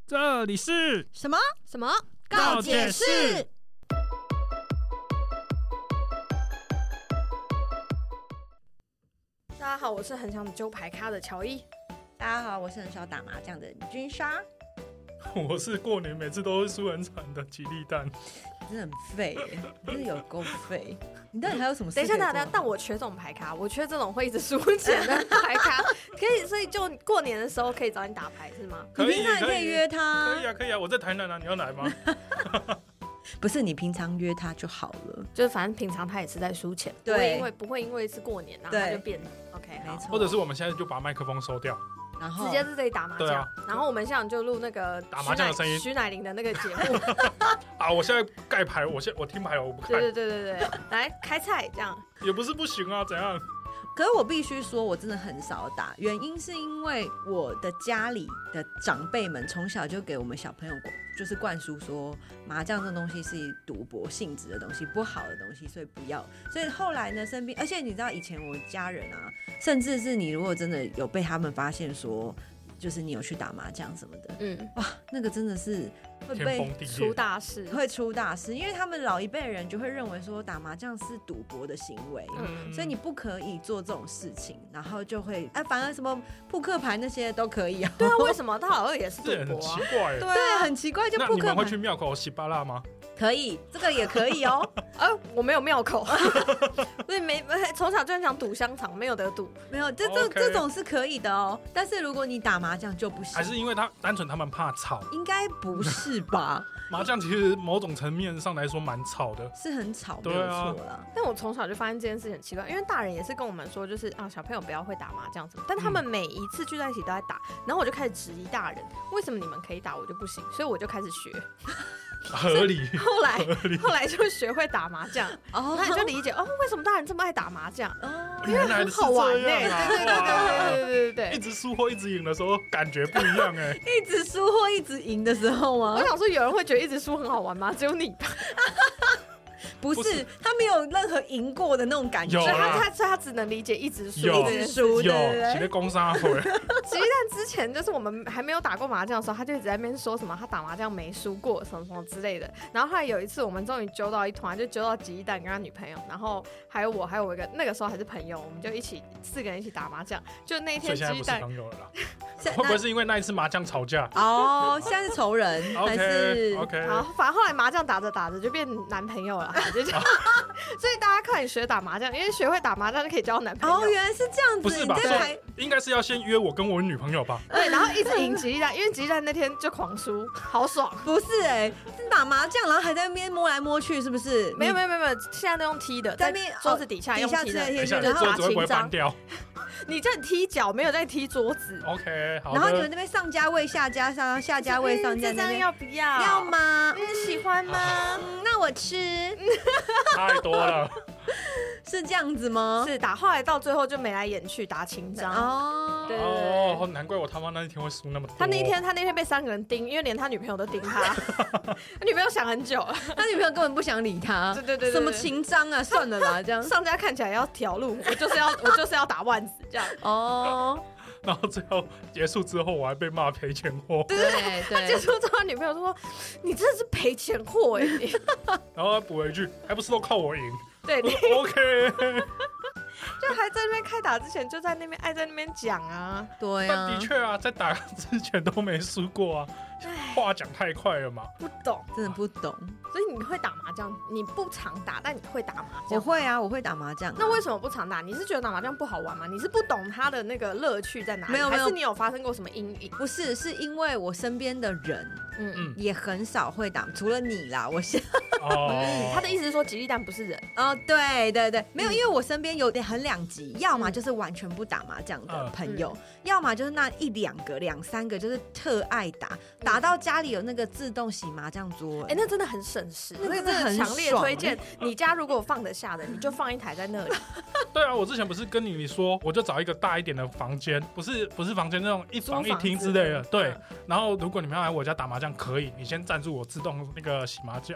这里是什么什么告解室。 大家好，我是很想揪牌咖的乔伊。 大家好，我是很少打麻将的君莎。 我是过年每次都会输很惨的吉利蛋。 真的很废耶，你真的有够废。你到底还有什么事？ 等一下，但我缺这种牌咖，我缺这种会一直输钱的牌咖，可以，所以就过年的时候可以找你打牌是吗？ 你平常也可以约他。 可以啊，我在台南啊，你要来吗？ 不是，你平常约他就好了。 就是反正平常他也是在输钱， 对， 不会因为是过年然后他就变 OK 没错。 或者是我们现在就把麦克风收掉。 然后直接在这里打麻将， 啊、 然后我们现在就录那个打麻将的声音， 徐乃麟的那个节目啊！我现在盖牌，我听牌我不看。 对，来开菜这样也不是不行啊，怎样？ 可是我必须说，我真的很少打，原因是因为我的家里的长辈们从小就给我们小朋友就是灌输说，麻将这东西是赌博性质的东西，不好的东西，所以不要。所以后来呢，身边，而且你知道以前我家人啊，甚至是你如果真的有被他们发现说，就是你有去打麻将什么的，哇，那个真的是会被出大事， 会出大事，因为他们老一辈人就会认为说打麻将是赌博的行为，所以你不可以做这种事情，然后就会反而什么扑克牌那些都可以啊。 对啊，为什么他好像也是赌博啊？ 很奇怪， 对，很奇怪，就扑克牌。 那你们会去庙口洗巴辣吗？ 可以，这个也可以哦。 我没有庙口，所以从小就很想赌香肠，没有得赌。 没有，这种是可以的哦。但是如果你打麻将就不行， 还是因为单纯他们怕吵？ 应该不是吧？ 麻将其实某种层面上来说蛮吵的， 是很吵，没有错啦。 但我从小就发现这件事情很奇怪，因为大人也是跟我们说，就是小朋友不要会打麻将什么，但他们每一次聚在一起都在打，然后我就开始质疑大人，为什么你们可以打我就不行？所以我就开始学。 合理。 后来就学会打麻将，那你就理解为什么大人这么爱打麻将？因为很好玩对， 一直输或一直赢的时候感觉不一样哎。 一直输或一直赢的时候吗？ 我想说有人会觉得一直输很好玩吗？只有你吧。 不是，他没有任何赢过的那种感觉， 所以他只能理解一直输， 一直输， 有写在工商会。 吉蛋之前就是我们还没有打过麻将的时候，他就一直在那边说什么他打麻将没输过什么什么之类的。然后后来有一次我们终于揪到一团，就揪到吉蛋跟他女朋友，然后还有我一个那个时候还是朋友，我们就4个人一起打麻将。就那一天吉蛋， 所以现在不是朋友了啦。会不会是因为那一次麻将吵架？ 现在是仇人还是 OK？ 好，反正后来麻将打着打着就变男朋友了。就这样所以大家快点学打麻将，因为学会打麻将就可以交男朋友。 原来是这样子。 不是吧？应该是要先约我跟我女朋友吧？ 对，然后一直赢吉利蛋，因为吉利蛋那天就狂输，好爽。 不是是打麻将，然后还在那边摸来摸去，是不是？ 没有，现在都用踢的，在桌子底下用踢的， 然后桌子会不会翻掉？ 你在踢脚，没有在踢桌子。 OK， 好。 然后你们那边上家位、下家上、下家位、上家， 这样要不要？ 要吗？ 喜欢吗？ 那我吃。 太多了。 是这样子吗？ 是打，后来到最后就眉来眼去打情章。对， 难怪我他妈那一天会输那么多。 他那天被3个人盯，因为连他女朋友都盯他。他女朋友想很久， 他女朋友根本不想理他。 对， 什么情章啊？算了啦，这样上家看起来要条路，我就是要打万子这样。 然后最后结束之后，我还被骂赔钱货。 对，他结束之后，他女朋友说：“你真的是赔钱货哎！” 然后他补了一句：“还不是都靠我赢。” 对 ，OK。 就还在那边开打之前，就在那边爱在那边讲啊。 对啊， 但的确啊，在打之前都没输过啊。话讲太快了嘛， 不懂， 真的不懂。 所以你会打麻将，你不常打，但你会打麻将。 我会啊，我会打麻将。 那为什么不常打？你是觉得打麻将不好玩吗？你是不懂它的那个乐趣在哪里？ 没有， 还是你有发生过什么阴影？ 不是，是因为我身边的人，也很少会打，除了你啦。 他的意思是说吉利蛋不是人。 对，没有，因为我身边有点很两极，要么就是完全不打麻将的朋友，要么就是那1-2个、2-3个就是特爱打到家里有那个自动洗麻将桌。 那真的很省事， 那个真的很强烈推荐。你家如果放得下的，你就放一台在那里。 对啊，我之前不是跟你说，我就找一个大一点的房间，不是房间那种1房1厅之类的。对，然后如果你们要来我家打麻将，可以，你先赞助我自动那个洗麻将。 不是，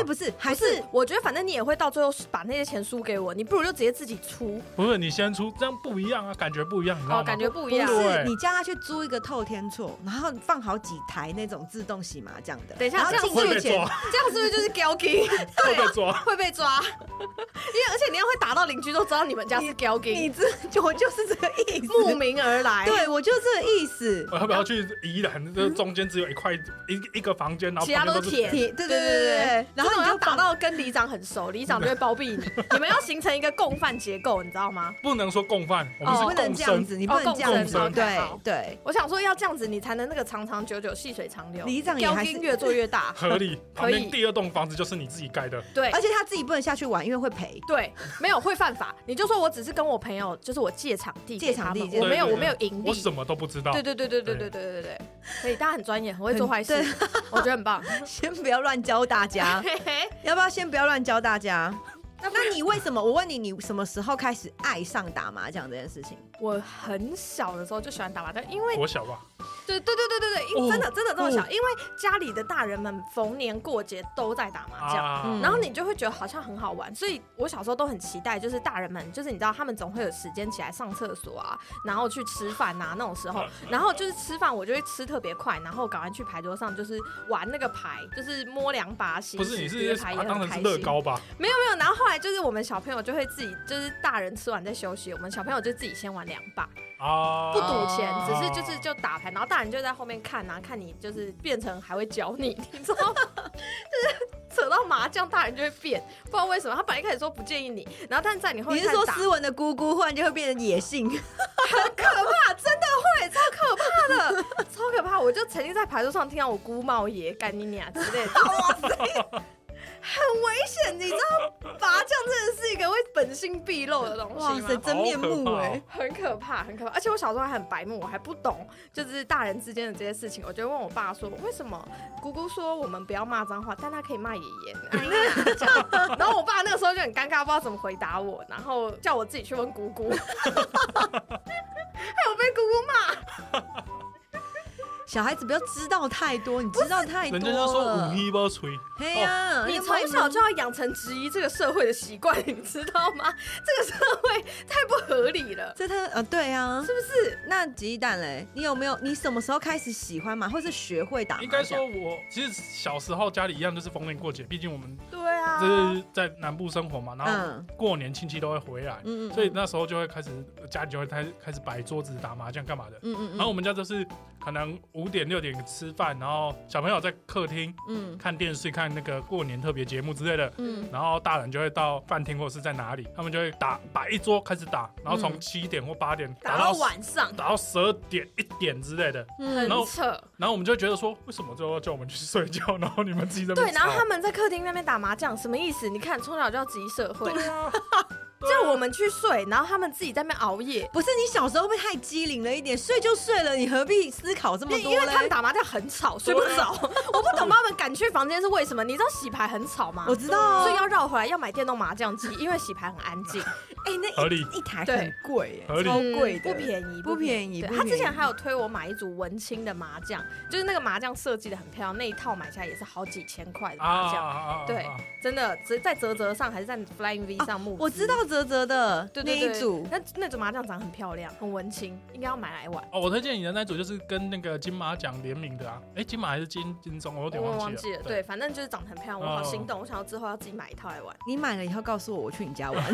不是，还不是，我觉得反正你也会到最后把那些钱输给我，你不如就直接自己出。 不是你先出，这样不一样啊，感觉不一样，你知道吗？ 感觉不一样。 不是对你叫他去租一个透天厝，然后放好几台那种自动洗麻将的。 等一下， 然后这样会被进去前， 抓， 这样是不是就是 Galgi？ 会被抓。 会被抓，因为而且你要会打到邻居都知道你们家是 Galgi， 我就是这个意思， 慕名而来。 对我就这个意思。 我要不要去宜兰？这中间只有一个房间，然后其他都是铁。 对对对对，然后你就要打到跟里长很熟，里长就会包庇你。你们要形成一个共犯结构，你知道吗？ 不能说共犯，我们是不能共生。 这样子，你不能这样子， 共生对好对。 我想说要这样子，你才能那个长长久久、细水长流。 里长也还是越做越大， 合理。 可以旁边第二栋房子就是你自己盖的， 对， 而且他自己不能下去玩，因为会赔。 对，没有会犯法。你就说我只是跟我朋友，就是我借场地给他们，我没有盈利， 我什么都不知道。 对，所以大家很专业，很会做坏事，我觉得很棒。 先不要乱教大家，要不要先不要乱教大家？那你为什么？我问你，你什么时候开始爱上打麻将这件事情？ 我很小的时候就喜欢打麻将，因为我小吧。 对，因为真的这么小，因为家里的大人们逢年过节都在打麻将，然后你就会觉得好像很好玩，所以我小时候都很期待，就是大人们，就是你知道他们总会有时间起来上厕所啊，然后去吃饭啊那种时候，然后就是吃饭我就会吃特别快，然后赶快去牌桌上就是玩那个牌，就是摸2把洗。 不是你是牌也当成是很开心。 乐高吧？ 没有，然后后来就是我们小朋友就会自己，就是大人吃完再休息，我们小朋友就自己先玩2把。不赌钱，只是就打牌，然后大人就在后面看啊，看你就是变成还会教你，你知道吗？就是扯到麻将，大人就会变，不知道为什么。他本来一开始说不建议你，然后但在你后面你是说斯文的姑姑忽然就会变成野性， 很可怕，真的会超可怕的，超可怕。我就曾经在牌桌上听到我姑冒爷干你娘之类的，哇塞！很危险，你知道麻将真的是一个会本性毕露的东西吗？ 哇塞，真面目哎， 很可怕，很可怕。而且我小时候还很白目，我还不懂就是大人之间的这些事情。我就问我爸说，为什么姑姑说我们不要骂脏话，但他可以骂爷爷？然后我爸那个时候就很尴尬，不知道怎么回答我，然后叫我自己去问姑姑，害我被姑姑骂。 小孩子不要知道太多，你知道太多了。 人家就说五一不吹， 嘿呀， 你从小就要养成质疑这个社会的习惯，你知道吗？这个社会太不合理了， 这他对啊， 是不是？ 那鸡蛋嘞，你有没有？你什么时候开始喜欢嘛，或是学会打麻将？ 应该说我其实小时候家里一样，就是逢年过节，毕竟我们对啊， 就是在南部生活嘛，然后过年亲戚都会回来，所以那时候就会开始家里就会开始摆桌子打麻将干嘛的，然后我们家就是可能5点6点吃饭，然后小朋友在客厅看电视，看那个过年特别节目之类的，然后大人就会到饭厅或者是在哪里，他们就会摆一桌开始打，然后从7点或8点打到晚上， 打到12点1点之类的， 很扯。 然后我们就会觉得说，为什么最后要叫我们去睡觉，然后你们自己在那边对，然后他们在客厅那边打麻将，什么意思？你看从小就要质疑社会， 对啊。 叫我们去睡，然后他们自己在那边熬夜。 不是你小时候会不会太机灵了一点？睡就睡了，你何必思考这么多？ 因为他们打麻将很吵，睡不着。我不懂把他们赶去房间是为什么？你知道洗牌很吵吗？ 我知道， 所以要绕回来，要买电动麻将机，因为洗牌很安静。 那一台很贵， 合理， 超贵的， 不便宜， 不便宜。 他之前还有推我买一组文青的麻将，就是那个麻将设计的很漂亮，那一套买下来也是好几千块的麻将。对，真的，在泽上还是在 Flying V 上募资。 我知道泽的。 对那一组， 那组麻将长很漂亮，很文青，应该要买来玩。 我推荐你的那组就是跟那个金马奖联名的啊，金马还是金钟，我有点忘记了。 对，反正就是长得很漂亮，我好心动，我想要之后要自己买一套来玩。 你买了以后告诉我，我去你家玩。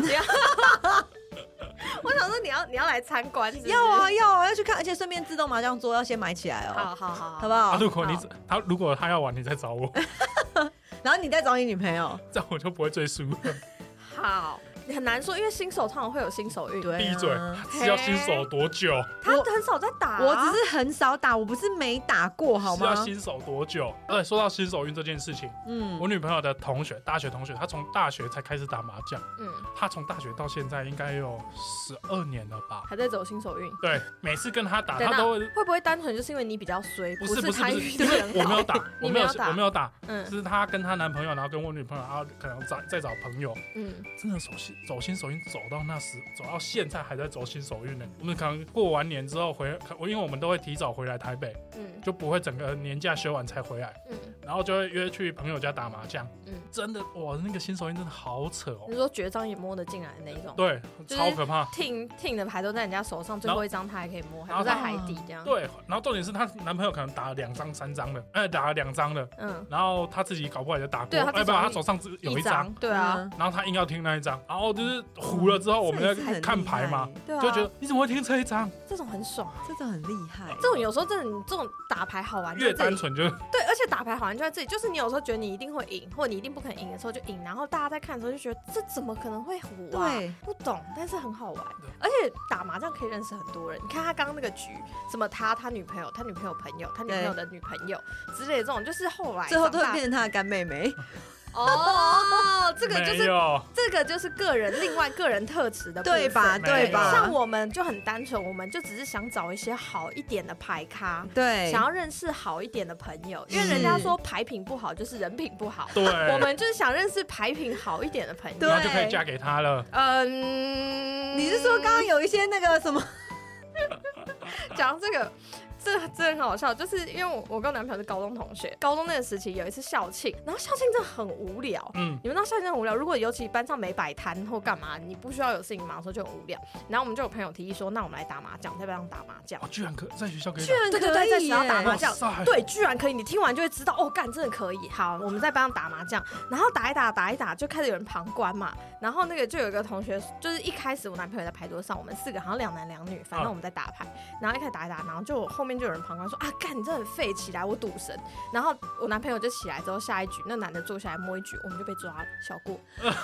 我想说你要来参观， 要啊要去看，而且顺便自动麻将桌要先买起来哦。好不好？ 如果他要玩，你再找我， 然后你再找你女朋友， 这样我就不会最输了。 好。很难说，因为新手通常会有新手运。 闭嘴！是要新手多久？ 他很少在打， 我只是很少打，我不是没打过，好吗？ 是要新手多久？说到新手运这件事情，我女朋友的大学同学，她从大学才开始打麻将，她从大学到现在应该有12年了吧， 还在走新手运。 对，每次跟她打，她都会不会单纯就是因为你比较衰？ 不是， 我没有打，我没有打， 是她跟她男朋友，然后跟我女朋友，然后可能再找朋友，真的手走新手运走到现在还在走新手运呢。我们可能过完年之后因为我们都会提早回来台北，就不会整个年假休完才回来，然后就会约去朋友家打麻将，真的哇，那个新手运真的好扯哦。 你说绝招也摸得进来的那一种， 对，超可怕。 听的牌都在人家手上，最后一张他还可以摸，还不在海底这样。 对，然后重点是她男朋友可能打了2张3张的，打了2张的，然后他自己搞不好也打过， 对， 他手上只有一张， 对啊， 然后他硬要听那一张，然后就是糊了之后，我们在看牌嘛，就觉得你怎么会听这一张？ 这种很爽， 这种很厉害。 这种有时候真的，你这种打牌好玩， 越单纯就对，而且打牌好玩就在这里，就是你有时候觉得你一定会赢，或者你一定不可能赢的时候就赢，然后大家在看的时候就觉得这怎么可能会糊啊？对，不懂，但是很好玩，而且打麻将可以认识很多人。你看他刚刚那个局，什么他女朋友朋友，他女朋友的女朋友之类的，这种就是后来最后都会变成他的干妹妹。 哦，这个就是另外个人特质的部分， 对吧？对吧？ 像我们就很单纯，我们就只是想找一些好一点的牌咖， 对， 想要认识好一点的朋友，因为人家说牌品不好就是人品不好， 对， 我们就是想认识牌品好一点的朋友， 然后就可以嫁给他了。 你是说刚刚有一些那个什么？ 讲这个。这真的很好笑，就是因为我跟我男朋友是高中同学，高中那个时期有一次校庆，然后校庆真的很无聊，你们知道校庆真的很无聊，如果尤其班上没摆摊或干嘛，你不需要有事情忙的时候就很无聊。然后我们就有朋友提议说，那我们来打麻将，在班上打麻将。 居然可在学校可以打， 居然可以在学校打麻将，对，居然可以。你听完就会知道，干真的可以。好，我们在班上打麻将，然后打一打，就开始有人旁观嘛。然后那个就有一个同学，就是一开始我男朋友在牌桌上，我们4个好像2男2女，反正我们在打牌。然后一开始打，然后就后面就有人旁观说干你真的很废，起来我赌神。然后我男朋友就起来之后下一局，那男的坐下来摸一局，我们就被抓了，小过。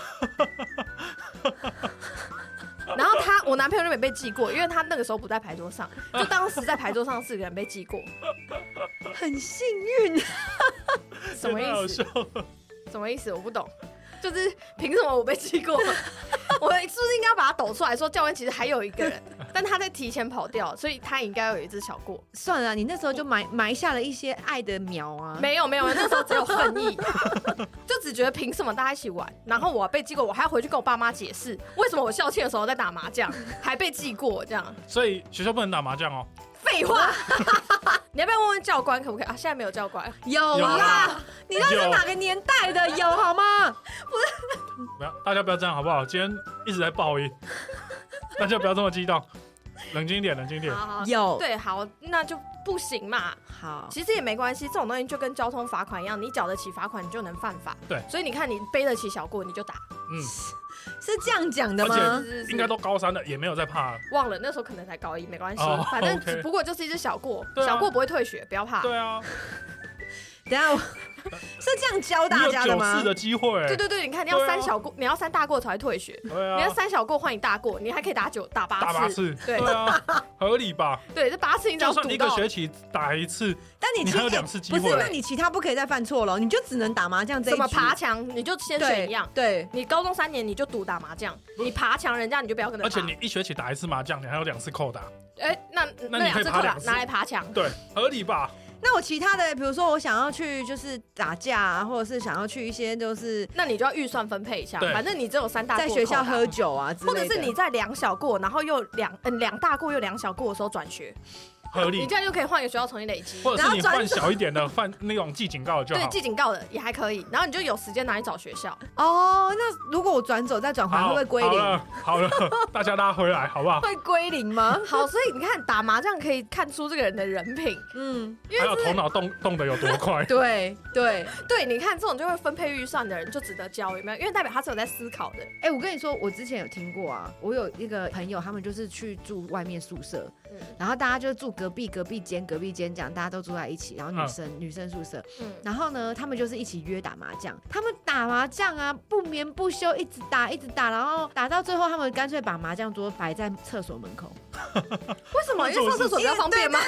然后我男朋友就没被记过，因为他那个时候不在牌桌上，就当时在牌桌上4个人被记过， 很幸运。 什么意思？什么意思？我不懂。就是凭什么我被记过？我是不是应该把他抖出来说教官其实还有一个人，但他在提前跑掉，所以他应该有一只小过。 算了，你那时候就埋下了一些爱的苗啊。 没有，那时候只有恨意，就只觉得凭什么大家一起玩，然后我被记过，我还要回去跟我爸妈解释为什么我校庆的时候在打麻将还被记过这样。 所以学校不能打麻将哦。 废话，你要不要问问教官可不可以啊？现在没有教官。 有啦，你那是哪个年代的？有好吗？ 不是， 大家不要这样好不好？今天一直在爆音，大家不要这么激动，冷静一点。 好有对，好，那就不行嘛。 好， 其实也没关系，这种东西就跟交通罚款一样，你缴得起罚款，你就能犯法。 对， 所以你看，你背得起小过，你就打。 是这样讲的吗？ 而且应该都高3了，也没有在怕了。 忘了那时候可能才高1，没关系，反正只不过就是一只小过，小过不会退学，不要怕。 对啊。 等一下是这样教大家的吗？ 你有9次的机会。 对，你看你要3小过，你要3大过才会退学。 对啊。 你要3小过换1大过，你还可以打8次。 对啊，合理吧？ 对，这8次你只要赌到。 就算一个学期打1次， 但你还有2次机会。 不是，那你其他不可以再犯错了，你就只能打麻将这一局。 什么爬墙，你就先选一样。 对， 你高中3年你就赌打麻将，你爬墙人家你就不要跟他爬。 而且你一学期打1次麻将，你还有2次扣打。 那2次扣打拿来爬墙。 对，合理吧？ 那我其他的，比如说我想要去就是打架啊，或者是想要去一些就是， 那你就要预算分配一下。反正你只有3大过， 在学校喝酒啊之类的， 或者是你在2小过，然后又2大过又2小过的时候转学。 合理， 你这样就可以换一个学校重新累积， 或者是你换小一点的，换那种记警告的就好。 对，记警告的也还可以，然后你就有时间拿去找学校。 哦，那如果我转走再转回来，会不会归零？ 好了，大家拉回来好不好？ 会归零吗？ 好，所以你看打麻将可以看出这个人的人品， 还有头脑动得有多快。 对， 你看这种就会分配预算的人就值得教，有没有？因为代表他是有在思考的。 我跟你说，我之前有听过啊，我有一个朋友，他们就是去住外面宿舍，然后大家就住隔壁间这样，大家都住在一起，然后女生宿舍，然后呢，他们就是一起约打麻将，他们打麻将啊，不眠不休，一直打，然后打到最后，他们干脆把麻将桌摆在厕所门口。 为什么？因为上厕所比较方便吗？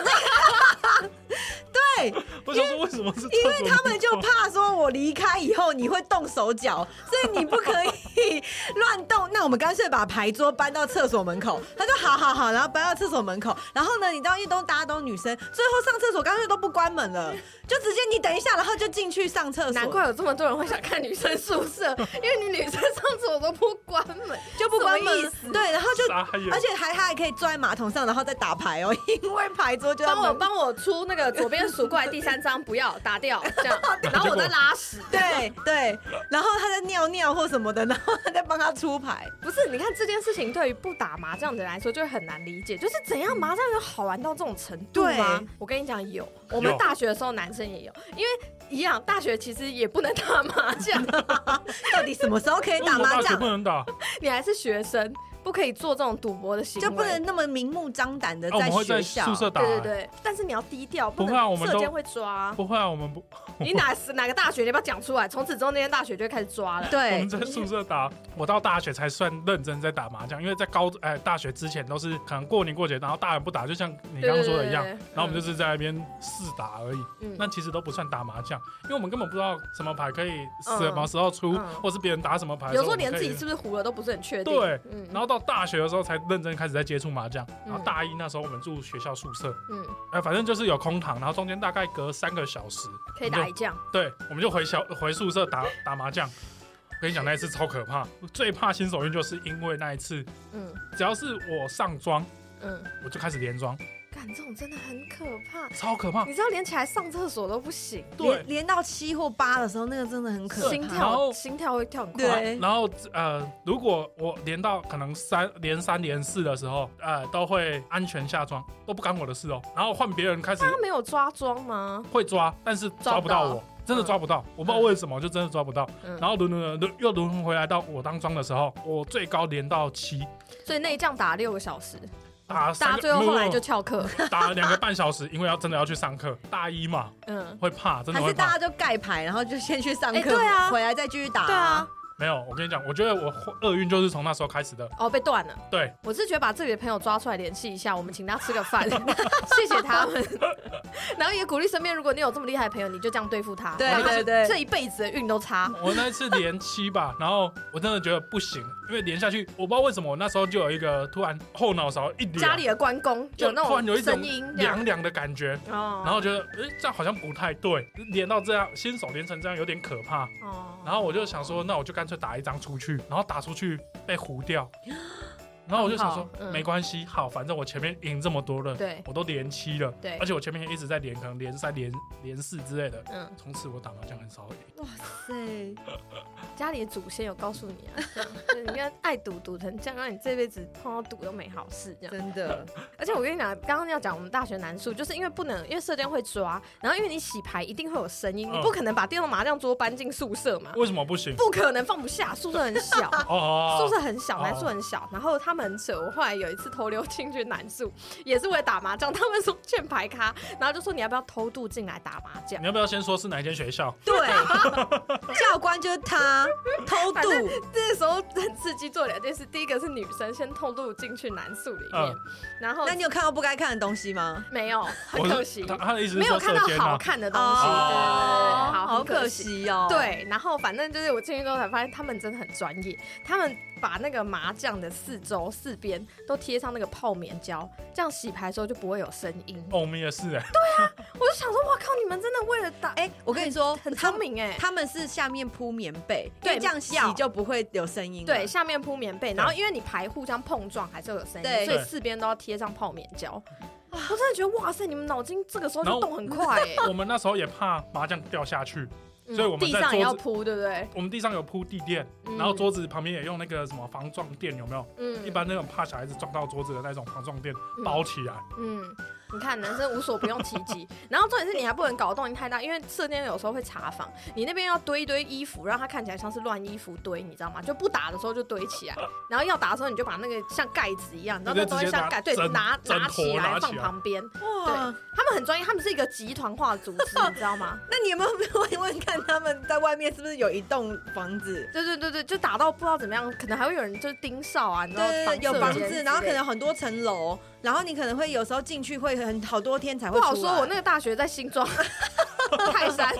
对， 我想说为什么是？ 因为他们就怕说我离开以后你会动手脚，所以你不可以乱动。那我们干脆把牌桌搬到厕所门口。他就好，然后搬到厕所门口。然后呢，你知道，因为大家都女生，最后上厕所干脆都不关门了，就直接你等一下，然后就进去上厕所。 难怪有这么多人会想看女生宿舍，因为你女生上厕所都不关门， 就不关门。 什么意思？ 对，然后就，而且他还可以坐在马桶上，然后再打牌哦，因为牌桌就帮我出那个左边数过来第3张，不要打掉，这样，然后我在拉屎。 对，然后他在尿尿或什么的，然后他在帮他出牌。 不是，你看这件事情对于不打麻将的人来说就会很难理解，就是怎样麻将有好玩到这种程度吗？我跟你讲，有，我们大学的时候男生也有，因为一样，大学其实也不能打麻将。 到底什么时候可以打麻将？ 大学不能打， 你还是学生。不可以做这种赌博的行为， 就不能那么明目张胆的在学校、 宿舍打。 对，但是你要低调，不能舍监会抓。 不会啊，我们不。 你哪个大学？你要不要讲出来？从此之后，那间大学就会开始抓了。 对， 我们在宿舍打，我到大学才算认真在打麻将，因为在大学之前都是可能过年过节，然后大人不打，就像你刚刚说的一样，然后我们就是在那边试打而已。那其实都不算打麻将，因为我们根本不知道什么牌可以什么时候出，或是别人打什么牌。 有时候连自己是不是胡了都不是很确定。 对，然后到大学的时候才认真开始在接触麻将，然后大一那时候我们住学校宿舍，反正就是有空堂，然后中间大概隔3个小时可以打一将， 对，我们就回宿舍打麻将。我跟你讲，那一次超可怕，最怕新手运就是因为那一次，只要是我上庄，我就开始连庄。 干这种真的很可怕， 超可怕！ 你知道连起来上厕所都不行， 对， 连到7或8的时候，那个真的很可怕，心跳会跳很快。 对， 然后如果我连到可能连3连4的时候，都会安全下庄，都不干我的事哦。然后换别人开始， 他没有抓庄吗？ 会抓，但是抓不到我。真的抓不到，我不知道为什么，就真的抓不到。然后轮回来到我当庄的时候，我最高连到7， 所以那一仗打6个小时。 大家最后来就翘课， 打了2个半小时，因为真的要去上课。大一嘛，会怕，真的会怕。 还是大家就盖牌，然后就先去上课，回来再继续打。 对啊。 没有，我跟你讲，我觉得我厄运就是从那时候开始的。 哦，被断了。 对， 我是觉得把这里的朋友抓出来联系一下，我们请他吃个饭，谢谢他们。然后也鼓励身边，如果你有这么厉害的朋友，你就这样对付他。 对， 这一辈子的运都差。 我那一次连7吧，然后我真的觉得不行，因为连下去，我不知道为什么，我那时候就有一个突然后脑勺一凉， 家里的关公有那种声音， 凉凉的感觉。然后觉得，这样好像不太对，连到这样，新手连成这样有点可怕。然后我就想说，那我就干脆打一张出去，然后打出去被糊掉。然后我就想说，没关系，好，反正我前面赢这么多了，我都连7了，而且我前面一直在连，可能连3、连4之类的，从此我打麻将很少赢。 哇塞， 家里的祖先有告诉你啊，你应该爱赌成这样，让你这辈子碰到赌都没好事，这样真的。 而且我跟你讲，刚刚要讲我们大学男宿，就是因为不能，因为舍监会抓，然后因为你洗牌一定会有声音，你不可能把电动麻将桌搬进宿舍嘛？ 为什么不行？ 不可能，放不下，宿舍很小，宿舍很小，男宿很小，然后他们很扯。我后来有一次偷溜进去男宿，也是为了打麻将，他们说欠牌咖，然后就说你要不要偷渡进来打麻将？ 你要不要先说是哪一间学校？ 对，教官就是他偷渡。 那时候很刺激，做2件事，第一个是女生先偷渡进去男宿里面，然后那你有看到不该看的东西吗？ 没有，很可惜。 他的意思是没有看到好看的东西，对， 好可惜哦。 对，然后反正就是我进去之后才发现，他们真的很专业，他们把那个麻将的4周4边都贴上那个泡棉胶，这样洗牌的时候就不会有声音。 我们也是哎。 对啊，我就想说，哇靠，你们真的为了打， 我跟你说很聪明哎。 他们是下面铺棉被，对，这样洗就不会有声音。 对，下面铺棉被，然后因为你牌互相碰撞还是有声音，所以4边都要贴上泡棉胶。我真的觉得哇塞，你们脑筋这个时候就动很快哎。 我们那时候也怕麻将掉下去。所以我们地上也要铺，对不对？ 我们地上有铺地垫，然后桌子旁边也用那个什么防撞垫，有没有？一般那种怕小孩子撞到桌子的那种防撞垫包起来。 你看男生无所不用其极，然后重点是你还不能搞动静太大，因为舍监有时候会查房，你那边要堆一堆衣服，让它看起来像是乱衣服堆，你知道吗？就不打的时候就堆起来，然后要打的时候你就把那个像盖子一样，你知道那东西像盖，对，拿起来放旁边。哇，对，他们很专业，他们是一个集团化的组织，你知道吗？ 那你有没有问问看他们在外面是不是有一栋房子？ 对，就打到不知道怎么样，可能还会有人就是盯梢啊，你知道， 有房子，然后可能很多层楼。 然后你可能会有时候进去会好多天才会出来。 不好说，我那个大学在新庄泰山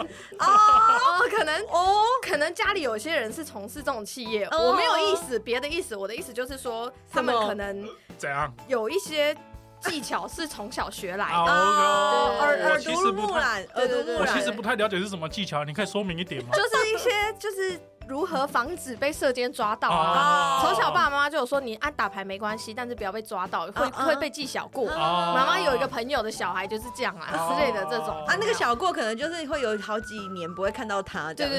可能家里有些人是从事这种企业，我没有意思，别的意思，我的意思就是说他们可能怎样有一些技巧是从小学来的。 耳濡目染， 我其实不太了解是什么技巧，你可以说明一点吗？ 就是一些就是如何防止被射监抓到啊。从小爸爸妈妈就有说，你打牌没关系，但是不要被抓到，会被记小过。妈妈有一个朋友的小孩就是这样啊之类的这种啊，那个小过可能就是会有好几年不会看到他。对。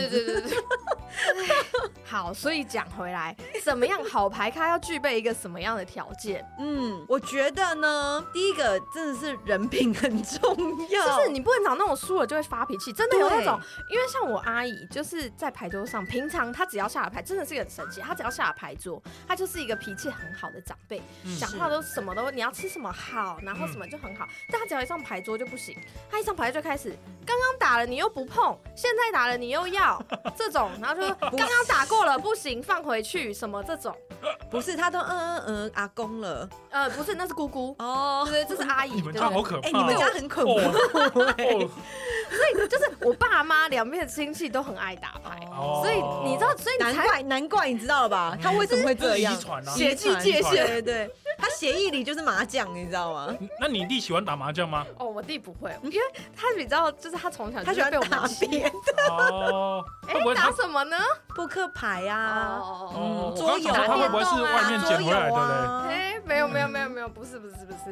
好，所以讲回来，怎么样好牌咖要具备一个什么样的条件？ 我觉得呢，第一个真的是人品很重要， 就是你不能找那种输了就会发脾气，真的有那种。因为像我阿姨，就是在牌桌上，平常她只要下了牌，真的是个很神奇，她只要下了牌桌，她就是一个脾气很好的长辈，讲话都什么都你要吃什么好，然后什么就很好。但她只要一上牌桌就不行，她一上牌就开始，刚刚打了你又不碰，现在打了你又要这种，然后就刚刚打过了不行，放回去什么这种。 不是，他都阿公了， 不是，那是姑姑哦，对，这是阿姨。 你们家好可怕， 你们家很恐怖。 所以就是我爸妈两边的亲戚都很爱打牌，所以你知道，所以难怪你知道了吧？他为什么会这样？ 血迹界限， 对，他血液里就是麻将，你知道吗？ 那你弟喜欢打麻将吗？ 我弟不会，因为他比较就是他从小他喜欢打别的。 打什么呢？ 扑克牌啊， 桌游啊，他会不会是外面捡回来的嘞？没有，不是。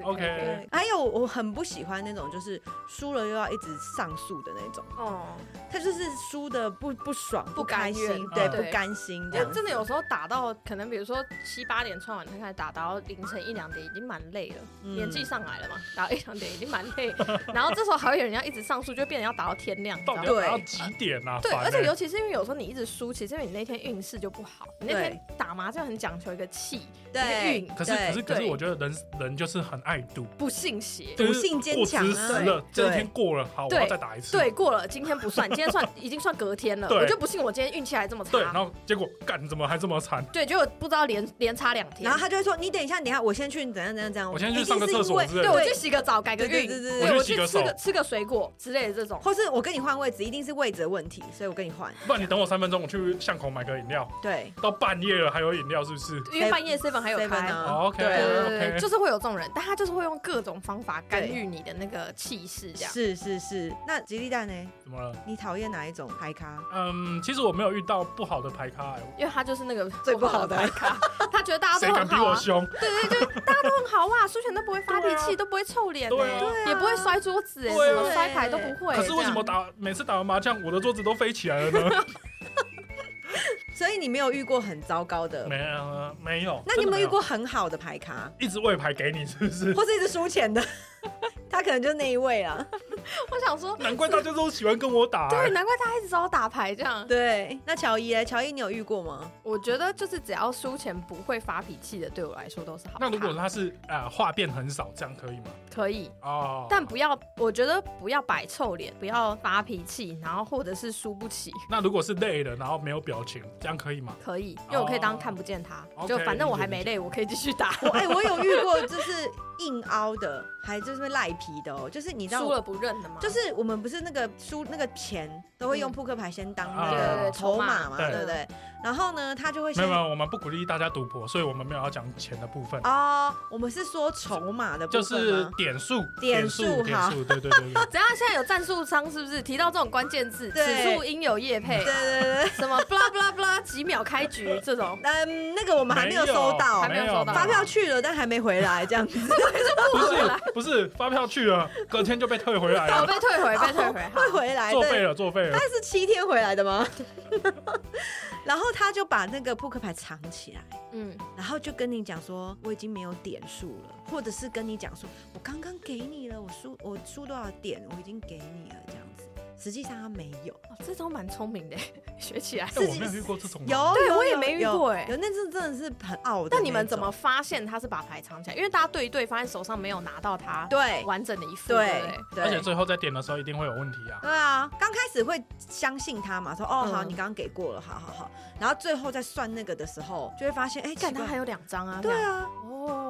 OK。 还有我很不喜欢那种就是输了又要一直上诉的那种。他就是输的不爽、不开心，对，不甘心这样。 真的有时候打到可能比如说7、8点串完，他开始打到凌晨1、2点，已经蛮累了，年纪上来了嘛，打到1、2点已经蛮累。然后这时候还会有人要一直上诉，就变成要打到天亮。 到底要打到几点啊？ 对，而且尤其是因为有时候你一直输，其实因为你那天运势就不好，你那天打麻将很讲求一个气，一个运。 可是我觉得人就是很爱赌， 不信邪， 赌性坚强啊。了，这一天过了，好，我要再打一次。 对，过了，今天不算，今天已经算隔天了。我就不信我今天运气还这么差。 对，然后结果干怎么还这么惨？ 对，结果不知道连差2天。 然后他就会说：“你等一下，我先去怎样。” 我先去上个厕所之类的。 对，我去洗个澡，改个运。 对，我去吃个水果之类的这种。 或是我跟你换位置，一定是位置的问题，所以我跟你换。 不然你等我3分钟，我去巷口买个饮料。 对， 到半夜了还有饮料，是不是？ 因为半夜 7还有开。 OK。 对，就是会有这种人，但他就是会用各种方法干预你的那个气势，这样。 是。那吉利蛋呢？ 怎么了？ 你讨厌哪一种牌咖？ 其实我没有遇到不好的牌咖， 因为他就是那个最不好的牌咖，他觉得大家都很好。谁敢比我凶？ 对，就大家都很好啊，输钱都不会发脾气，都不会臭脸，也不会摔桌子，什么摔牌都不会。 可是为什么每次打完麻将，我的桌子都飞起来了呢？ 所以你没有遇过很糟糕的？ 没有。 那你有没有遇过很好的牌咖？ 一直喂牌给你，是不是？ 或是一直输钱的？他可能就是那一位啊。 我想说， 难怪大家都喜欢跟我打。 对，难怪他一直找我打牌这样。 对，那乔伊你有遇过吗？ 我觉得就是只要输钱不会发脾气的，对我来说都是好。 那如果他是话变很少，这样可以吗？ 可以哦，但我觉得不要摆臭脸，不要发脾气，然后或者是输不起。 那如果是累了，然后没有表情，这样可以吗？ 可以，因为我可以当看不见他，就反正我还没累，我可以继续打。 我有遇过，就是硬凹的，还就是赖皮的哦，就是你知道输了不认的吗？ 就是我们不是那个输那个钱都会用扑克牌先当那个筹码嘛，对不对？然后呢，他就会没有，我们不鼓励大家赌博，所以我们没有要讲钱的部分我们是说筹码的部分， 就是点数，好，对。 怎样？现在有战术商是不是提到这种关键字？此处应有业配， 对， 什么 blah blah blah 几秒开局这种？ 那个我们还没有收到， 还没有收到， 发票去了，但还没回来，这样子。 不是，发票去了，隔天就被退回来了。 被退回， 会回来， 作废了。 但是7天回来的吗？然后他就把那个扑克牌藏起来，然后就跟你讲说我已经没有点数了，或者是跟你讲说我刚刚给你了，我输多少点，我已经给你了，这样子。实际上他没有， 这招蛮聪明的，学起来。 我没有遇过这种， 对我也没遇过， 有那次真的是很傲的。 那你们怎么发现他是把牌藏起来？因为大家对一对，发现手上没有拿到他完整的一副，对， 而且最后在点的时候一定会有问题啊。 对啊，刚开始会相信他嘛，说好，你刚刚给过了，好，然后最后在算那个的时候，就会发现，干他还有2张啊。 对啊，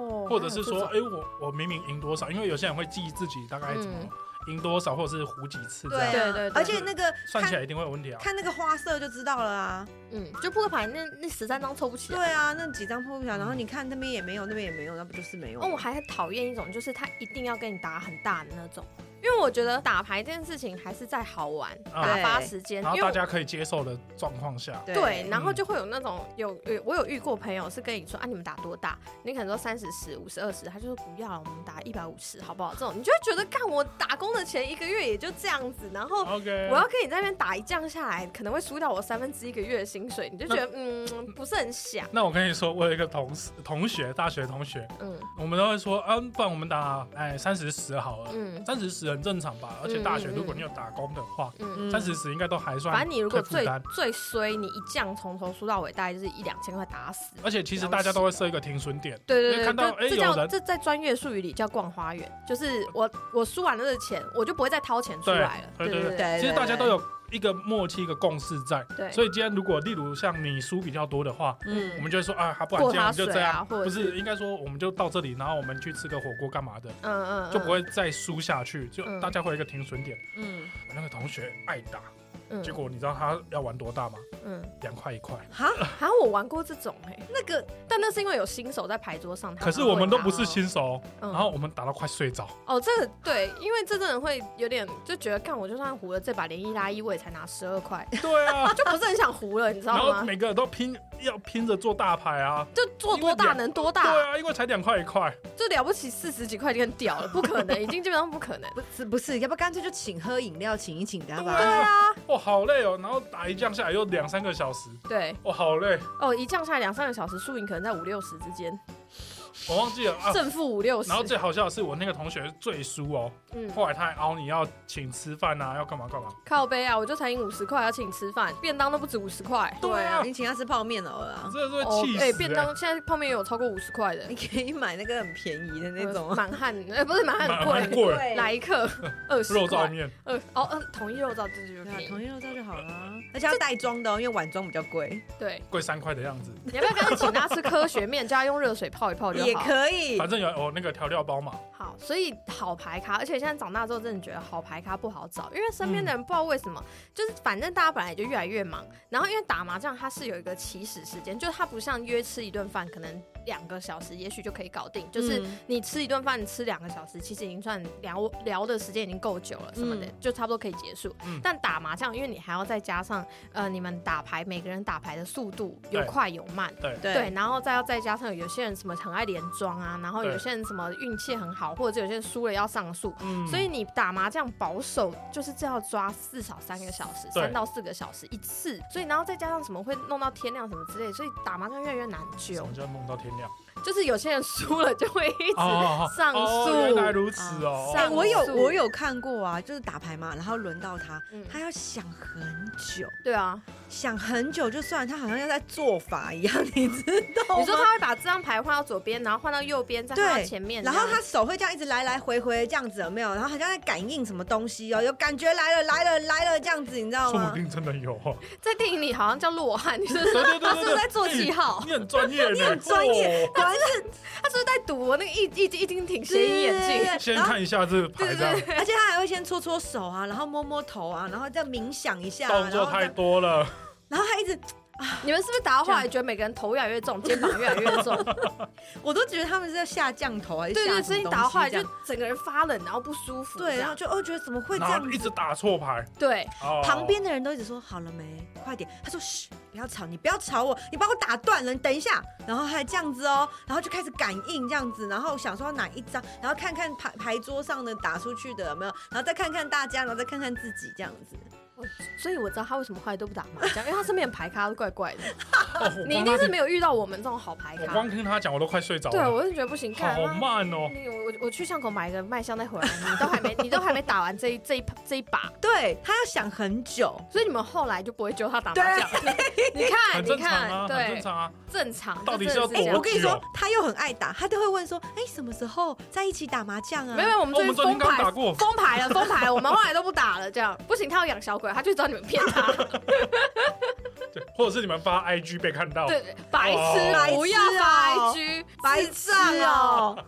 或者是说，我明明赢多少，因为有些人会记自己大概怎么赢多少，或者是胡几次这样。 对，而且那个算起来一定会有问题啊。 看那个花色就知道了啊。 就扑克牌那13张凑不起来。 对啊，那几张凑不起来，然后你看那边也没有，那边也没有，那不就是没有？ 我还很讨厌一种，就是他一定要跟你打很大的那种。因为我觉得打牌这件事情还是在好玩、打发时间， 然后大家可以接受的状况下， 对，然后就会有那种我有遇过朋友是跟你说你们打多大？你可能说30、10、50、20，他就说不要了，我们打150好不好？这种你就会觉得，干我打工的钱1个月也就这样子，然后我要跟你在那边打一将下来，可能会输掉我1/3一个月的薪水，你就觉得不是很想。 那我跟你说，我有一个同学，大学同学，我们都会说不然我们打30、10好了，30、10很正常吧，而且大学如果你有打工的话，30、10应该都还算。 反正你如果最衰，你一将从头输到尾，大概就是1、2千块打死。 而且其实大家都会设一个停损点， 对， 看到这在专业术语里叫逛花园，就是我输完了这钱，我就不会再掏钱出来了。 对，其实大家都有一个默契，一个共识在。 对， 所以今天如果例如像你输比较多的话，我们就会说不然今天就这样，不是应该说我们就到这里，然后我们去吃个火锅干嘛的，就不会再输下去，就大家会有一个停损点。我那个同学爱打。结果你知道他要玩多大吗？2块1块。 我玩过这种但那是因为有新手在牌桌上。 可是我们都不是新手，然后我们打到快睡着。 这个对，因为这真的会有点就觉得，干我就算胡了这把连1拉1，我也才拿12块。 对啊， 就不是很想胡了，你知道吗？ 然后每个人都要拼着做大牌啊， 就做多大能多大。 对啊，因为才2块1块， 就了不起40几块就很屌了，不可能，已经基本上不可能。 不是，要不干脆就请喝饮料，请一请，对吧？ 对啊。 好累哦，然后打一将下来又2、3个小时。 对， 好累哦，一将下来2、3个小时，输赢可能在5、60之间。 我忘记了正负5、60。 然后最好笑的是，我那个同学最输哦。后来他还凹你要请吃饭啊，要干嘛干嘛。 靠背啊，我就才赢50块，要请吃饭，便当都不止50块。 对啊，你请他吃泡面了啊， 真的是会气死。 便当现在泡面也有超过50块的， 你可以买那个很便宜的那种满汉，不是满汉很贵，来一克20块。 肉燥面。 统一肉燥这就便宜， 统一肉燥就好了，而且要袋装的，因为碗装比较贵。 对， 贵3块的样子。 你要不要干脆请他吃科学面，叫他用热水泡一泡就好？ 也可以。 反正有那个调料包嘛。 好，所以好牌咖，而且现在长大之后，真的觉得好牌咖不好找，因为身边的人不知道为什么，就是反正大家本来就越来越忙，然后因为打麻将它是有一个起始时间，就是它不像约吃一顿饭，可能2个小时也许就可以搞定，就是你吃一顿饭吃2个小时，其实已经算聊的时间已经够久了什么的，就差不多可以结束。但打麻将，因为你还要再加上你们打牌每个人打牌的速度有快有慢，对，然后再加上有些人什么很爱连庄啊，然后有些人什么运气很好，或者有些人输了要上诉，所以你打麻将保守就是这要抓至少3个小时，3到4个小时一次，所以然后再加上什么会弄到天亮什么之类，所以打麻将越来越难揪。 什么叫弄到天亮？ 就是有些人输了就会一直上诉。 原来如此哦。 我有看过啊，就是打牌嘛，然后轮到他，他要想很久。 对啊， 想很久就算，他好像要在做法一样，你知道吗？ 你说他会把这张牌换到左边，然后换到右边，再换到前面， 然后他手会这样一直来来回回这样子，有没有？然后好像在感应什么东西哦，有感觉来了这样子，你知道吗？ 说不定真的有哦。 在电影里好像叫洛汉，就是他是不是在做记号？ 你很专业， 你很专业。 他是不是在赌那个一金挺斜影眼镜？ 先看一下这个牌，这样。 而且他还会先搓搓手啊，然后摸摸头啊，然后再冥想一下。 动作太多了。 然后他一直。 你们是不是打到后来觉得每个人头越来越重，肩膀越来越重？ 我都觉得他们是在下降头还是下什么东西？ 所以你打到后来就整个人发冷，然后不舒服。 对，然后就觉得怎么会这样子？ 一直打错牌。 对， 旁边的人都一直说好了没，快点。他说嘘，不要吵，你不要吵我，你把我打断了，你等一下。然后还这样子哦，然后就开始感应这样子，然后想说哪一张，然后看看牌桌上的打出去的有没有，然后再看看大家，然后再看看自己这样子。 所以我知道他为什么后来都不打麻将，因为他身边的牌咖都怪怪的。你一定是没有遇到我们这种好牌咖。 我光听他讲我都快睡着了。 对，我就觉得不行， 好慢哦。 我去巷口买一个麦香再回来，你都还没打完这一把。 对，他要想很久， 所以你们后来就不会揪他打麻将。你看， 很正常啊，很正常啊， 正常。 到底是要多久？ 我跟你说，他又很爱打，他都会问说，什么时候在一起打麻将啊？ 没有，我们昨天刚打过， 封牌了，我们后来都不打了，这样不行，他要养小鬼。他就知道你们骗他。 或者是你们发 IG 被看到。 对，白痴，不要发 IG， 白痴哦。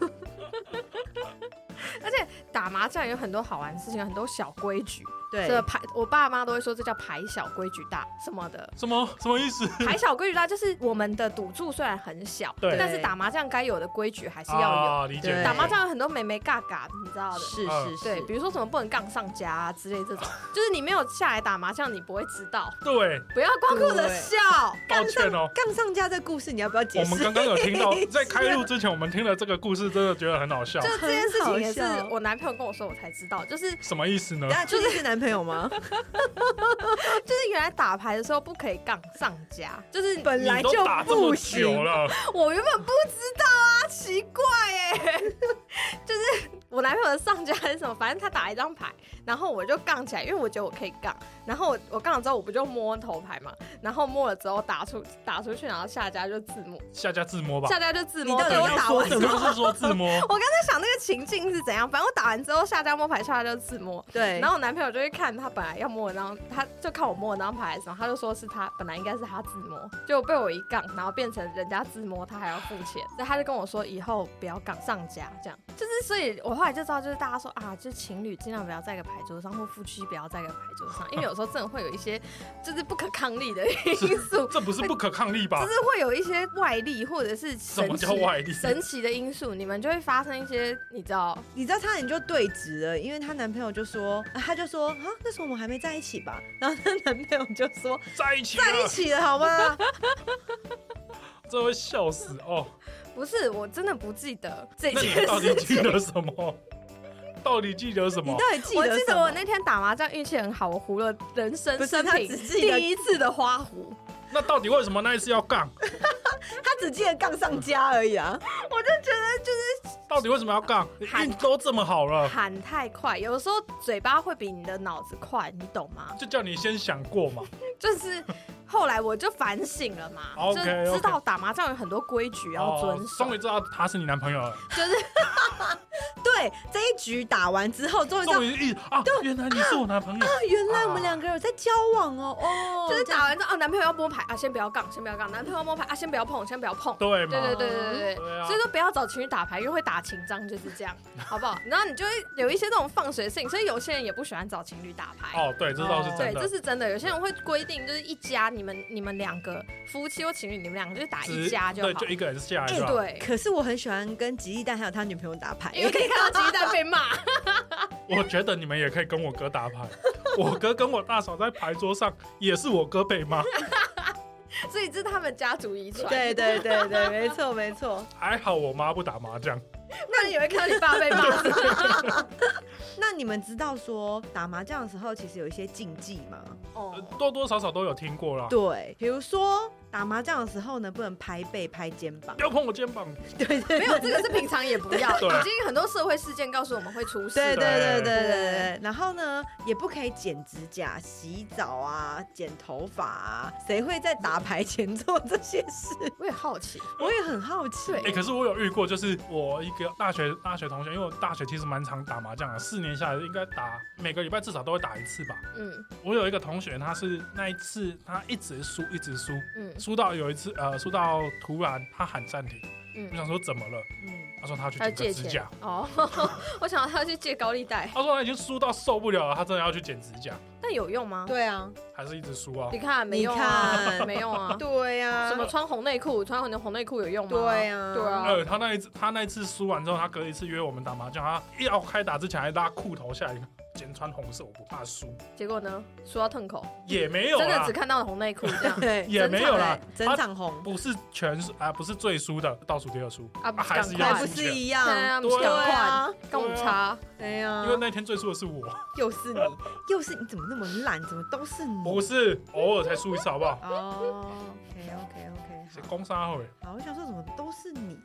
而且打麻将有很多好玩的事情，有很多小规矩。 对， 我爸妈都会说这叫牌小规矩大什么的。 什么意思？ 牌小规矩大就是我们的赌注虽然很小，但是打麻将该有的规矩还是要有。 理解。 打麻将有很多眉眉尬尬，你知道的。 是。 对，比如说什么不能杠上家啊之类这种，就是你没有下来打麻将，你不会知道。 对。 不要光顾着笑。 抱歉哦。 杠上家这故事你要不要解释？ 我们刚刚有听到，在开录之前我们听了这个故事，真的觉得很好笑。 就这件事情也是我男朋友跟我说，我才知道，就是什么意思呢？ 确定是男朋友吗？ 就是原来打牌的时候不可以杠上家，就是本来就不行了。 我原本不知道啊，奇怪哎，就是我男朋友的上家是什么？反正他打一张牌，然后我就杠起来，因为我觉得我可以杠。然后我杠了之后，我不就摸头牌嘛？然后摸了之后打出去，然后下家就自摸。 下家自摸吧。 下家就自摸。 你到底要说什么？ 不是说自摸。 我刚才想那个情境是怎样，反正我打完之后下家摸牌，下家就自摸。 对。 然后我男朋友就会看他本来要摸的那张，他就看我摸的那张牌的时候，他就说是他本来应该是他自摸，就被我一杠，然后变成人家自摸，他还要付钱。所以他就跟我说以后不要杠上家，这样就是，所以我后来就知道，就是大家说啊，就情侣尽量不要在一个牌桌上，或夫妻不要在一个牌桌上，因为有时候真的会有一些就是不可抗力的因素。 这不是不可抗力吧？ 就是会有一些外力或者是什么叫外力？ 神奇的因素，你们就会发生一些你知道差点就对峙了，因为她男朋友就说，他就说啊，那时候我们还没在一起吧？然后她男朋友就说在一起了，好吗？ 这会笑死哦！ 不是，我真的不记得这件事情。 那你到底记得什么？到底记得什么？ 你到底记得什么？ 我记得我那天打麻将运气很好，我胡了人生生平第一次的花胡。 那到底为什么那一次要杠？ 他只记得杠上家而已啊！ 我就觉得就是到底为什么要杠？运都这么好了， 喊太快，有的时候嘴巴会比你的脑子快，你懂吗？ 就叫你先想过嘛。 就是后来我就反省了嘛，就知道打麻将有很多规矩要遵守。 终于知道他是你男朋友了。 就是对，这一局打完之后，终于啊，原来你是我男朋友啊！原来我们两个有在交往哦。 就是打完之后，男朋友要摸牌啊，先不要杠，先不要杠。男朋友摸牌啊，先不要碰，先不要碰。 对嘛？ 对。所以说不要找情侣打牌，因为会打情章，就是这样，好不好？然后你就会有一些这种放水的事情，所以有些人也不喜欢找情侣打牌。 哦，对，这倒是真的。 对，这是真的。有些人会规定，就是一家你们两个夫妻或情侣，你们两个就打一家就好， 对，就一个人下来。 对。 可是我很喜欢跟吉利蛋还有他女朋友打牌， 因为可以看到吉利蛋被骂。 我觉得你们也可以跟我哥打牌。我哥跟我大嫂在牌桌上，也是我哥被骂。 所以这是他们家族遗传。 对，没错。 还好我妈不打麻将。 那你也会看到你爸被骂。 那你们知道说打麻将的时候其实有一些禁忌吗？ 多多少少都有听过啦。 对，比如说打麻将的时候呢，不能拍背、拍肩膀， 不要碰我肩膀。 对， 没有这个是平常也不要，已经很多社会事件告诉我们会出事。 对。然后呢，也不可以剪指甲、洗澡啊、剪头发啊。谁会在打牌前做这些事？ 我也好奇， 我也很好奇。 可是我有遇过，就是我一个大学同学，因为我大学其实蛮常打麻将的，4年下来应该打每个礼拜至少都会打一次吧。我有一个同学，他是那一次他一直输，输到有一次输到突然他喊暂停。我想说怎么了？他说他要去剪个指甲。 我想他要去借高利贷。 他说他已经输到受不了了，他真的要去剪指甲。 但有用吗？ 对啊， 还是一直输啊。 你看没用啊，没用啊。 对啊， 什么穿红内裤？穿红内裤有用吗？ 对啊。 他那一次输完之后，他隔一次约我们打麻将，他一要开打之前还拉裤头下来，先穿红色，我不怕输。 结果呢，输到痛口也没有啦， 真的只看到红内裤这样。 对， 也没有啦， 整场红， 不是全输不是最输的，倒数第二输还是不是一样？ 对啊，跟我们差。 对呀， 因为那天最输的是我， 又是你，怎么那么烂？怎么都是你？ 不是，偶尔才输一次，好不好？ 哦 ，OK， 攻杀会。 好，我想说怎么都是你啊？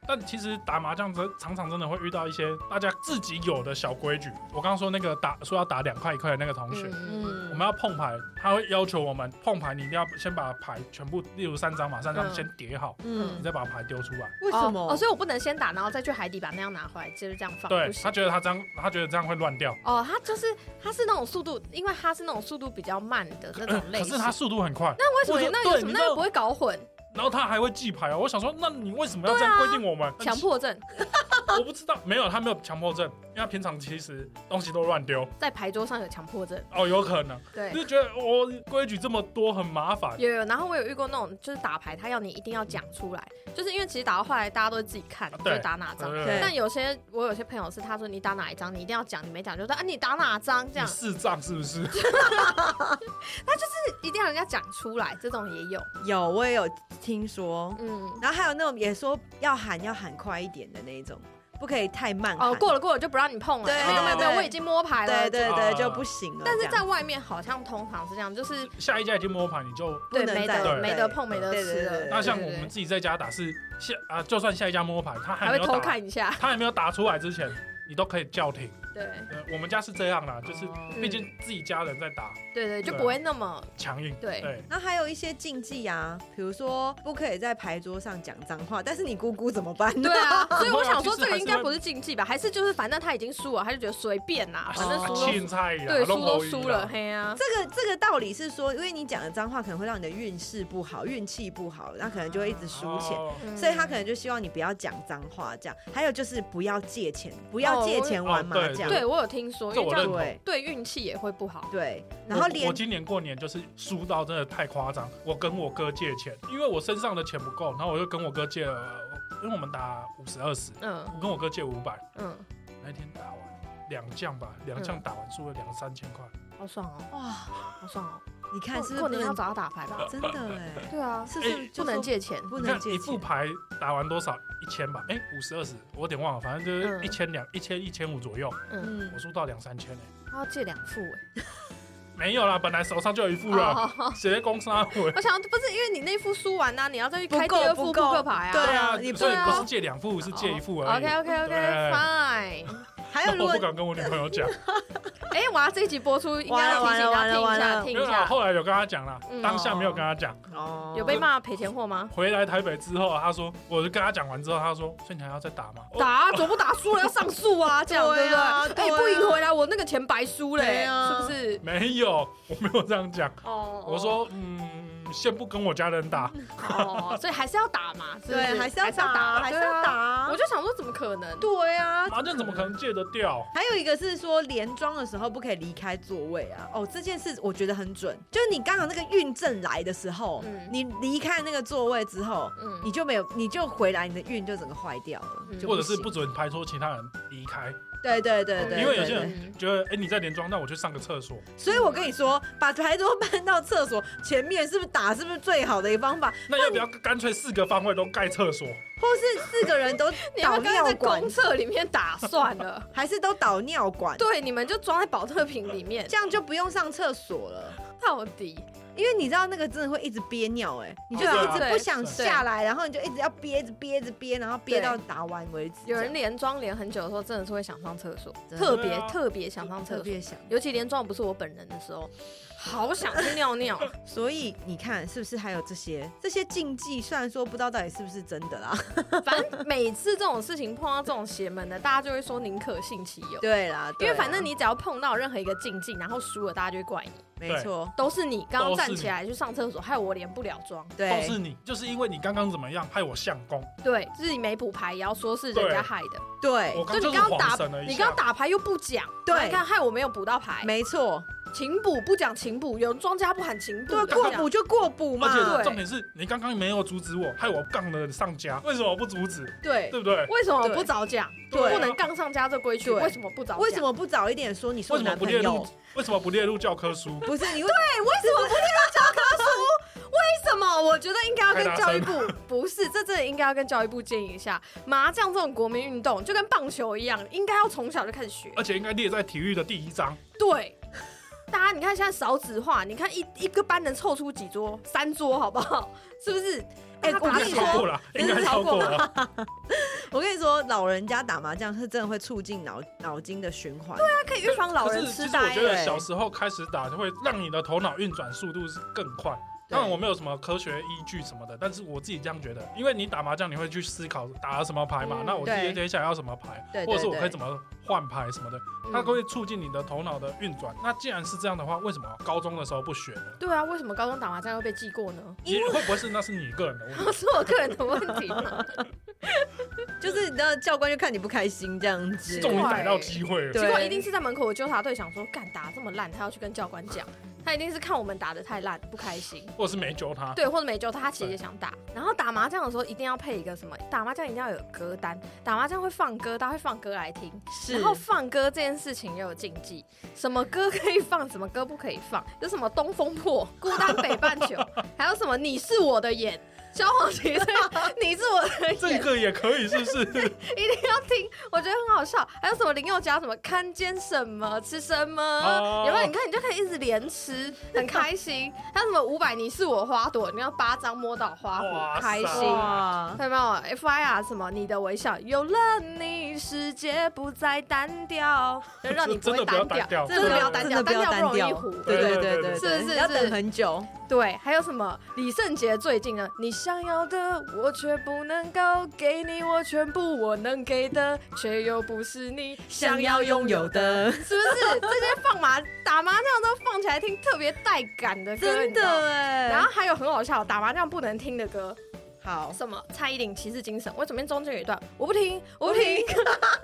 但其实打麻将常常真的会遇到一些大家自己有的小规矩。我刚刚说那个说要打2块1块的那个同学，我们要碰牌，他会要求我们碰牌，你一定要先把牌全部，例如3张嘛，3张先叠好，你再把牌丢出来。 为什么？ 所以我不能先打，然后再去海底把那样拿回来，接着这样放。 对，他觉得这样会乱掉。 他是那种速度，因为他是那种速度比较慢的那种类型。 可是他速度很快。 那为什么那有什么那个不会搞混？ 然后他还会记牌我想说，那你为什么要这样规定我们？ 强迫症？ 我不知道，没有，他没有强迫症，因为他平常其实东西都乱丢。 在牌桌上有强迫症？ 有可能。 对， 就觉得规矩这么多，很麻烦。 有，然后我有遇过那种，就是打牌，他要你一定要讲出来，就是因为其实打到后来大家都会自己看，就打哪张。但我有些朋友是他说你打哪一张，你一定要讲，你没讲就说你打哪张这样。 4张是不是？ 他就是一定要人家讲出来，这种也有。 有，我也有听说。然后还有那种也说要喊快一点的那种，不可以太慢喊。 过了就不让你碰了。没有，我已经摸牌了。 对，就不行了。 但是在外面好像通常是这样，就是下一家已经摸牌，你就没得碰，没得吃了。 那像我们自己在家打是就算下一家摸牌，他还会偷看一下， 他还没有打出来之前，你都可以叫停。 对， 我们家是这样啦，就是毕竟自己家人在打， 对，就不会那么强硬。 对， 那还有一些禁忌啊，比如说不可以在牌桌上讲脏话，但是你姑姑怎么办呢？ 对啊，所以我想说这个应该不是禁忌吧，还是就是反正他已经输了，他就觉得随便啦，反正输都输了，嘿啊。 这个道理是说，因为你讲的脏话可能会让你的运势不好，运气不好，那可能就会一直输钱，所以他可能就希望你不要讲脏话这样。还有就是不要借钱，不要借钱玩麻将。 对，我有听说，因为这样对运气也会不好。 对，然后我今年过年就是输到真的太夸张，我跟我哥借钱，因为我身上的钱不够，然后我就跟我哥借了，因为我们打50-20，我跟我哥借500，那天打完2将吧，2将打完输了2-3千块， 好爽哦！哇，好爽哦！ 你看是不是过年要找他打牌吧？ 真的哎， 对啊，是不能借钱， 不能借钱。 一副牌打完多少？1000吧？50-20，我有点忘了，反正就是1000-1500左右。我输到2-3千他要借2副没有啦，本来手上就有1副了，谁在攻杀我？ 我想不是因为你那副输完啊，你要再去开第2副扑克牌啊。 对啊，所以不是借2副，是借1副而已。 OK，fine。 还有我不敢跟我女朋友讲。 我要这一集播出，应该要提醒他听一下。 后来有跟他讲了，当下没有跟他讲。 有被骂赔钱货吗？ 回来台北之后，他说，我就跟他讲完之后，他说，所以你还要再打吗？ 打，怎么不打输了要上诉啊？这样对不对？不赢回来，我那个钱白输嘞，是不是？ 没有，我没有这样讲。我说，先不跟我家人打。 所以还是要打嘛。 对，还是要打，还是要打。 我就想说，怎么可能？ 对啊， 麻将怎么可能戒得掉？ 还有一个是说，连庄的时候不可以离开座位啊。这件事我觉得很准，就是你刚好那个运正来的时候，你离开那个座位之后，你就回来，你的运就整个坏掉了， 或者是不准排除其他人离开。 对， 因为有些人觉得，你在连庄，那我去上个厕所。 所以我跟你说，把牌桌搬到厕所前面，是不是最好的一个方法？ 那要不要干脆4个方位都盖厕所， 或是4个人都倒尿管？ 公厕里面打算了， 还是都倒尿管？ 对，你们就装在保特瓶里面， 这样就不用上厕所了。 到底？ 因为你知道那个真的会一直憋尿你就是一直不想下来，然后你就一直要憋着憋着憋，然后憋到打完为止。 有人连庄连很久的时候，真的是会想上厕所，特别想上厕所，尤其连庄不是我本人的时候，好想去尿尿。 所以你看是不是还有这些禁忌？虽然说不知道到底是不是真的啦， 反正每次这种事情碰到这种邪门的，大家就会说宁可信其有。 对啦， 因为反正你只要碰到任何一个禁忌，然后输了，大家就会怪你。 没错， 都是你刚刚站起来去上厕所，害我连不了庄。 对， 都是你，就是因为你刚刚怎么样，害我相公。 对，自己没补牌也要说是人家害的。 对， 就你刚刚打牌又不讲， 对， 你看害我没有补到牌。 没错， 勤补不讲勤补，有庄家不喊勤补， 对，过补就过补嘛。 而且重点是你刚刚没有阻止我，害我杠了上家，为什么不阻止？ 对， 对不对？ 为什么不早讲？ 对， 不能杠上家这规矩，为什么不早讲？ 为什么不早一点说？你说男朋友为什么不列入教科书？ 不是你对， 为什么不列入教科书？为什么？我觉得应该要跟教育部，不是，这真的应该要跟教育部建议一下。麻将这种国民运动就跟棒球一样，应该要从小就开始学， 而且应该列在体育的第1章。 对。 大家你看现在少子化，你看一个班能凑出几桌？3桌好不好？是不是？ 我跟你说， 应该超过了。 我跟你说，老人家打麻将是真的会促进脑筋的循环。 对啊，可以预防老人痴呆。 其实我觉得小时候开始打，就会让你的头脑运转速度是更快。当然我没有什么科学依据什么的，但是我自己这样觉得，因为你打麻将你会去思考打了什么牌嘛，那我接着想要什么牌，或者是我可以怎么换牌什么的，它会促进你的头脑的运转。那既然是这样的话，为什么高中的时候不学呢？ 对啊，为什么高中打麻将会被记过呢？ 会不会是那是你个人的问题？ 是我个人的问题吗？ 就是你的教官就看你不开心这样子， 终于逮到机会了。 结果一定是在门口的纠察队想说，干打这么烂，他要去跟教官讲。他一定是看我们打得太烂不开心， 或者是没揪他， 对，或者没揪他，他其实也想打。然后打麻将的时候一定要配一个什么？打麻将一定要有歌单，打麻将会放歌，大家会放歌来听。然后放歌这件事情也有禁忌，什么歌可以放，什么歌不可以放，有什么东风破、孤单北半球，还有什么你是我的眼。萧煌奇你是我的眼， 这个也可以，是不是？一定要听，我觉得很好笑。还有什么林宥嘉什么看见什么吃什么，有没有？你看你就可以一直连吃，很开心。还有什么500你是我花朵，你要8张摸到花朵，开心。有没有 FIR 什么你的微笑，有了你世界不再单调，就让你不会单调，真的不要单调，单调不容易糊。 对， 是不是？ 要等很久。 对，还有什么李圣杰最近呢？你想要的我却不能够给你，我全部我能给的，却又不是你想要拥有的，是不是？这些打麻将都放起来听特别带感的歌， 真的哎。 然后还有很好笑，打麻将不能听的歌。 好， 什么蔡依林骑士精神？我准备中间有一段，我不听。你一直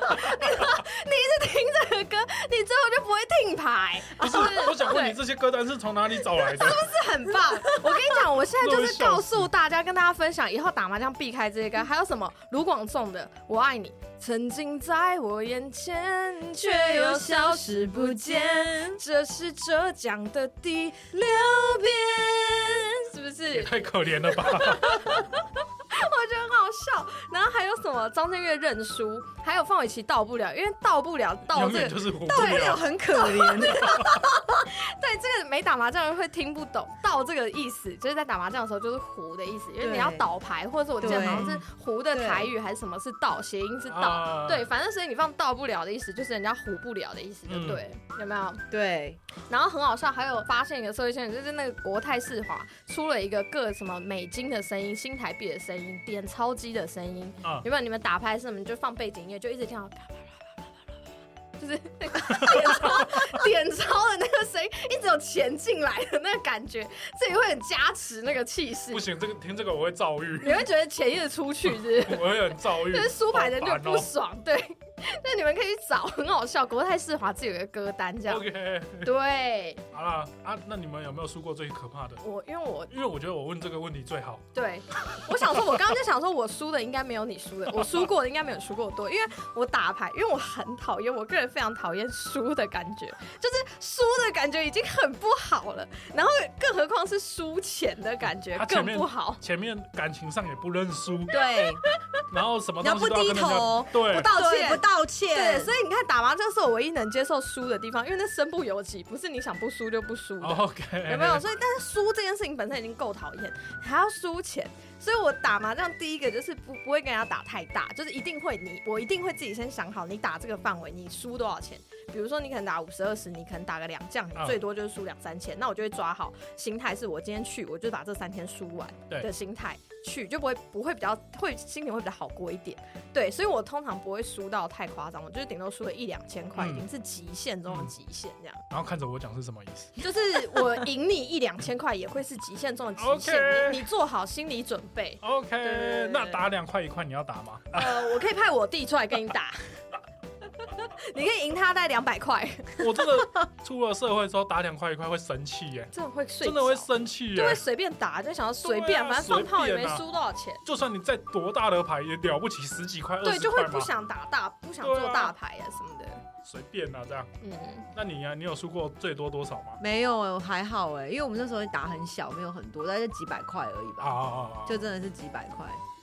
听这个歌，你最后就不会听牌。 不是，我想问你，这些歌单是从哪里找来的？ 是不是很棒？我跟你讲，我现在就是告诉大家，跟大家分享，以后打麻将避开这些歌。还有什么卢广仲的《我爱你》，曾经在我眼前，却又消失不见。这是浙江的第6遍，是不是？ 也太可怜了吧！ 我觉得很好笑。然后还有什么张震岳认输，还有范玮琪到不了，因为到不了到这个就是糊不了，很可怜。 对，这个没打麻将的人会听不懂到这个意思，就是在打麻将的时候就是胡的意思，因为你要倒牌，或者是我记得好像是胡的台语还是什么是倒，谐音是倒，对，反正所以你放到不了的意思，就是人家胡不了的意思，就对，有没有？ 对。 然后很好笑，还有发现一个社会现象，就是那个国泰世华出了一个各什么美金的声音、新台币的声音、点钞机的声音，有没有？你们打牌时，你们就放背景音乐，就一直听到。就是那个点钞的那个声音，一直有钱进来的那个感觉，这也会很加持那个气势。 不行，听这个我会躁郁。 你会觉得钱一直出去，是不是？ 我会很躁郁。 就是输牌的人就不爽，对。那你们可以去找，很好笑。国泰世华自己有一个歌单，这样。 OK。 对。 好了啊，那你们有没有输过最可怕的？ 因为我觉得我问这个问题最好。 对，我想说，我刚刚就想说，我输的应该没有你输的，我输过的应该没有输过多，因为我打牌，因为我很讨厌，我个人非常讨厌输的感觉，就是输的感觉已经很不好了，然后更何况是输钱的感觉更不好。 前面感情上也不认输， 对， 然后什么东西都要跟人家不低头， 对， 不道歉， 对，所以你看打麻将是我唯一能接受输的地方，因为那身不由己，不是你想不输就不输的。 OK， 有没有？所以但是输这件事情本身已经够讨厌，还要输钱，所以我打麻将第一个就是不会跟人家打太大，就是一定会我一定会自己先想好，你打这个范围你输多少钱。比如说你可能打50、20，你可能打个2将，你最多就是输2、3千，那我就会抓好心态，是我今天去我就把这3天输完的心态去，就不会比较心情会比较好过一点。对，所以我通常不会输到太夸张，我就是顶多输了1、2千块，已经是极限中的极限这样。 然后看着我讲是什么意思？ 就是我赢你1、2千块也会是极限中的极限， okay. 你做好心理准备。 OK， 那打2块1块你要打吗？ 我可以派我弟出来跟你打。你可以赢他大概200块。 我真的出了社会之后打2块1块会生气耶， 真的会睡， 真的会生气耶， 就会随便打，就想要随便，反正放炮也没输多少钱。 就算你再多大的牌也了不起10几块、20块嘛， 对，就会不想打大，不想做大牌啊什么的。 随便啊，这样。那你啊，你有输过最多多少吗？ 没有，还好哎，因为我们那时候打很小，没有很多，大概就几百块而已吧。就真的是几百块。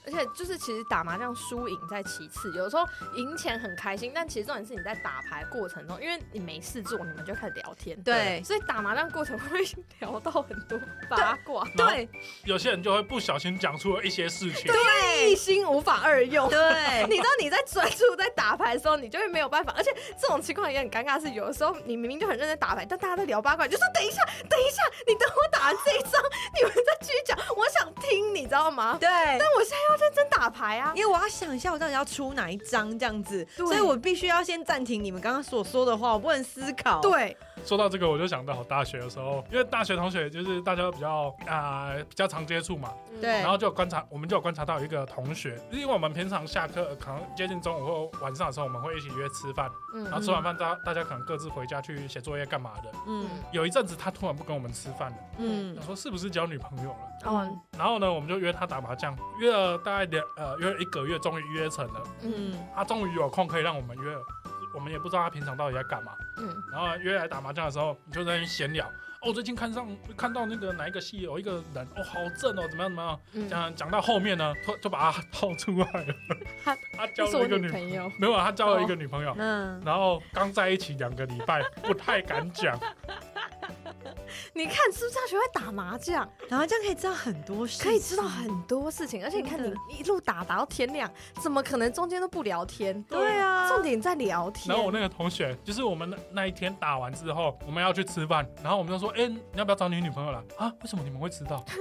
而且就是其实打麻将输赢在其次，有时候赢钱很开心，但其实重点是你在打牌过程中，因为你没事做，你们就开始聊天， 对， 所以打麻将过程会聊到很多八卦， 对， 有些人就会不小心讲出了一些事情， 对，一心无法二用， 对， 你知道你在专注在打牌的时候，你就会没有办法，而且这种情况也很尴尬，是有的时候你明明就很认真打牌，但大家在聊八卦，你就说等一下，你等我打完这一张，你们再继续讲，我想听，你知道吗？ 对， 但我现在要认真打牌啊， 因为我要想一下我到底要出哪一张这样子，所以我必须要先暂停你们刚刚所说的话，我不能思考。 对， 说到这个，我就想到大学的时候，因为大学同学就是大家都比较常接触嘛， 对， 然后我们就有观察到一个同学，因为我们平常下课可能接近中午或晚上的时候，我们会一起约吃饭，然后吃完饭大家可能各自回家去写作业干嘛的。有一阵子他突然不跟我们吃饭了，他说是不是交女朋友了？然后呢，我们就约他打麻将，约了大概约了1个月，终于约成了。他终于有空可以让我们约了。我们也不知道他平常到底在干嘛。然后约来打麻将的时候，你就在那边闲聊。哦，最近看到那个哪一个戏有一个人哦，好正哦，怎么样？讲到后面呢，就把他套出来了。他交了一个女朋友，没有，他交了一个女朋友。然后刚在一起2个礼拜，不太敢讲。 你看是不是大学会打麻将？ 打麻将可以知道很多事， 可以知道很多事情，而且你看你一路打到天亮，怎么可能中间都不聊天？ 对啊， 重点在聊天。 然后我那个同学，就是我们那一天打完之后，我们要去吃饭，然后我们就说，你要不要找你女朋友来啊？为什么你们会知道？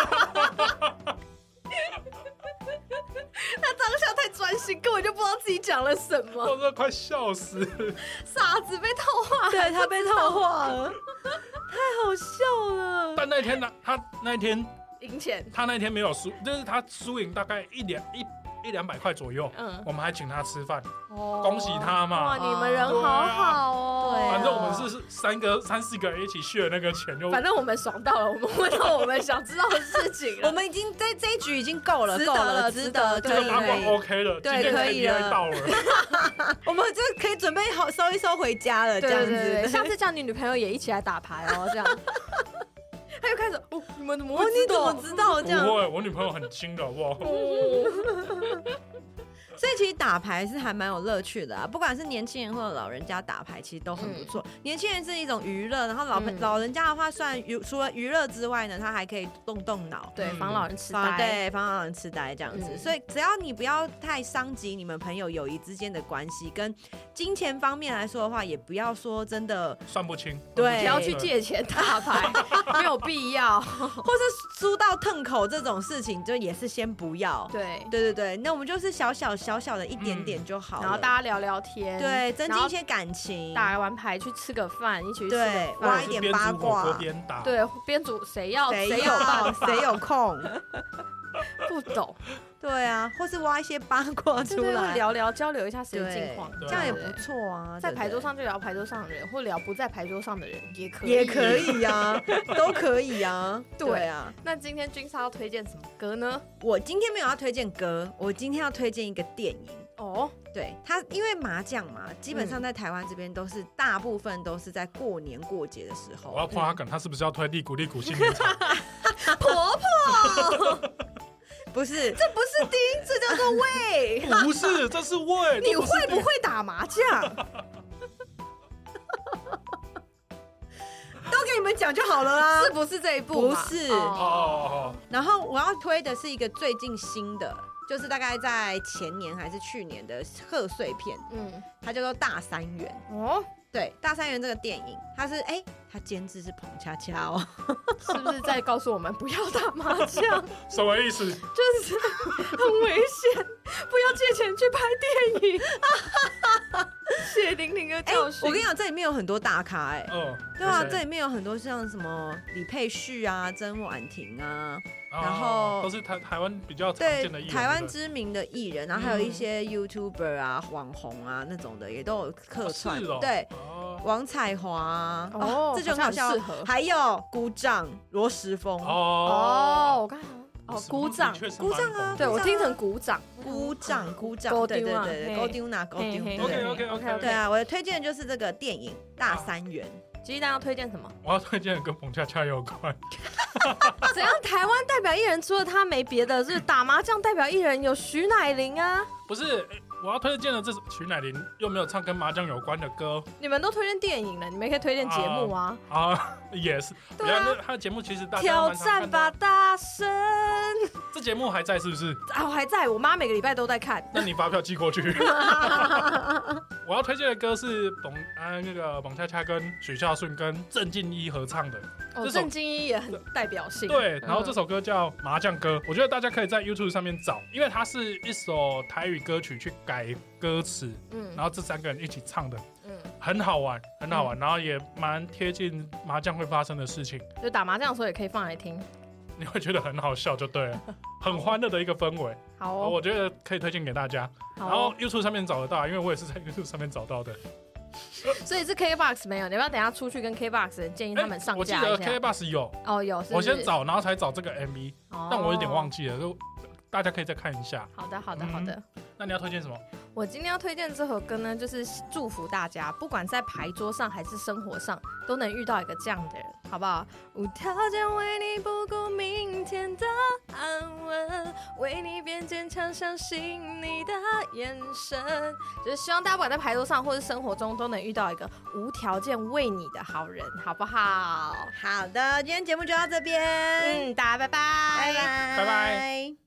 他当下太专心，根本就不知道自己讲了什么， 我真的快笑死了。 傻子被套话， 对，他被套话了，太好笑了。 但那天呢，他那天赢钱， 他那天没有输，就是他输赢大概100-200块左右。我们还请他吃饭，恭喜他嘛！ 哇，你们人好好哦。 对， 反正我们是3-4个人一起share那个钱， 反正我们爽到了，我们问到我们想知道的事情了。 我们已经在这一局已经够了，值得， 这个八卦 OK 了， 对，可以了， 到了。 我们就可以准备好收一收回家了，这样子。 下次叫你女朋友也一起来打牌哦，这样。他又开始你们怎么会知道？你怎么知道这样？ 不会，我女朋友很轻的，好不好？ 所以其实打牌是还蛮有乐趣的啊，不管是年轻人或者老人家打牌，其实都很不错。年轻人是一种娱乐，然后老人家的话，算除了娱乐之外呢，他还可以动脑， 对，防老人痴呆， 对，防老人痴呆这样子。所以只要你不要太伤及你们朋友友谊之间的关系，跟金钱方面来说的话，也不要说真的算不清， 对， 不要去借钱打牌，没有必要， 或是输到腾口这种事情，就也是先不要。对，那我们就是小小的一点点就好了， 然后大家聊聊天， 对，增进一些感情。 打完牌去吃个饭，一起去吃对，挖一点八卦， 对，边煮谁有空， 不懂。 对啊，或是挖一些八卦出来， 聊交流一下谁的近况， 这样也不错啊。 在牌桌上就聊牌桌上的人，或聊不在牌桌上的人也可以啊，都可以啊。对啊， 那今天君莎要推荐什么歌呢？ 我今天没有要推荐歌，我今天要推荐一个电影。 哦， 对，它因为麻将嘛，基本上在台湾这边大部分都是在过年过节的时候。 我要破他梗，他是不是要推利古新年场？ 婆婆。 不是， 这不是丁，这叫做喂。 不是，这是喂。 你会不会打麻将？ 都给你们讲就好了啦。 是不是这一部？ 不是。哦。然后我要推的是一个最近新的，就是大概在前年还是去年的贺岁片。它叫做《大三元》。哦。对，《大三元》这个电影，它监制是彭恰恰哦， 是不是在告诉我们不要打麻将？ 什么意思？ 就是很危险，不要借钱去拍电影。血淋淋的教训。 我跟你讲，这里面有很多大咖对啊，这里面有很多像什么李佩旭啊、曾婉婷啊，然后都是台湾比较常见的艺人， 台湾知名的艺人，然后还有一些 YouTuber 啊、网红啊那种的，也都有客串。对，王彩华啊，这就很好笑。还有鼓掌罗时丰。 我刚才鼓掌啊！对，我听成鼓掌， 对，勾丢。对啊，我的推荐的就是这个电影《大三元》， 吉利蛋要推荐什么？ 我要推荐的跟彭恰恰有关。 怎样？台湾代表艺人除了他没别的，是打麻将代表艺人有徐乃麟啊。 不是，我要推荐的这是徐乃麟又没有唱跟麻将有关的歌。 你们都推荐电影了，你们也可以推荐节目啊。 也是。 对啊， 他的节目其实大家挑战吧大神， 这节目还在是不是？ 啊，我还在，我妈每个礼拜都在看。 那你发票寄过去。我要推荐的歌是那个彭恰恰跟许孝顺跟郑敬一合唱的。 郑敬一也很代表性。 对，然后这首歌叫《麻将歌》，我觉得大家可以在 YouTube 上面找，因为它是一首台语歌曲去改歌词，然后这3个人一起唱的，很好玩，很好玩，然后也蛮贴近麻将会发生的事情， 就打麻将的时候也可以放来听， 你会觉得很好笑就对了，很欢乐的一个氛围。 好哦， 我觉得可以推荐给大家。然后 YouTube 上面找得到，因为我也是在 YouTube 上面找到的。 所以是 KKBOX 没有，你要不要等一下出去跟 KKBOX 人建议他们上架一下？ 我记得 KKBOX 有有， 我先找，然后才找这个 MV，但我有点忘记了，就大家可以再看一下。 好的。 那你要推荐什么？ 我今天要推荐这首歌呢，就是祝福大家，不管在牌桌上还是生活上，都能遇到一个这样的人，好不好？无条件为你不顾明天的安稳，为你变坚强，相信你的眼神，就是希望大家不管在牌桌上或是生活中，都能遇到一个无条件为你的好人，好不好？ 好的，今天节目就到这边， 大家拜拜， 拜拜。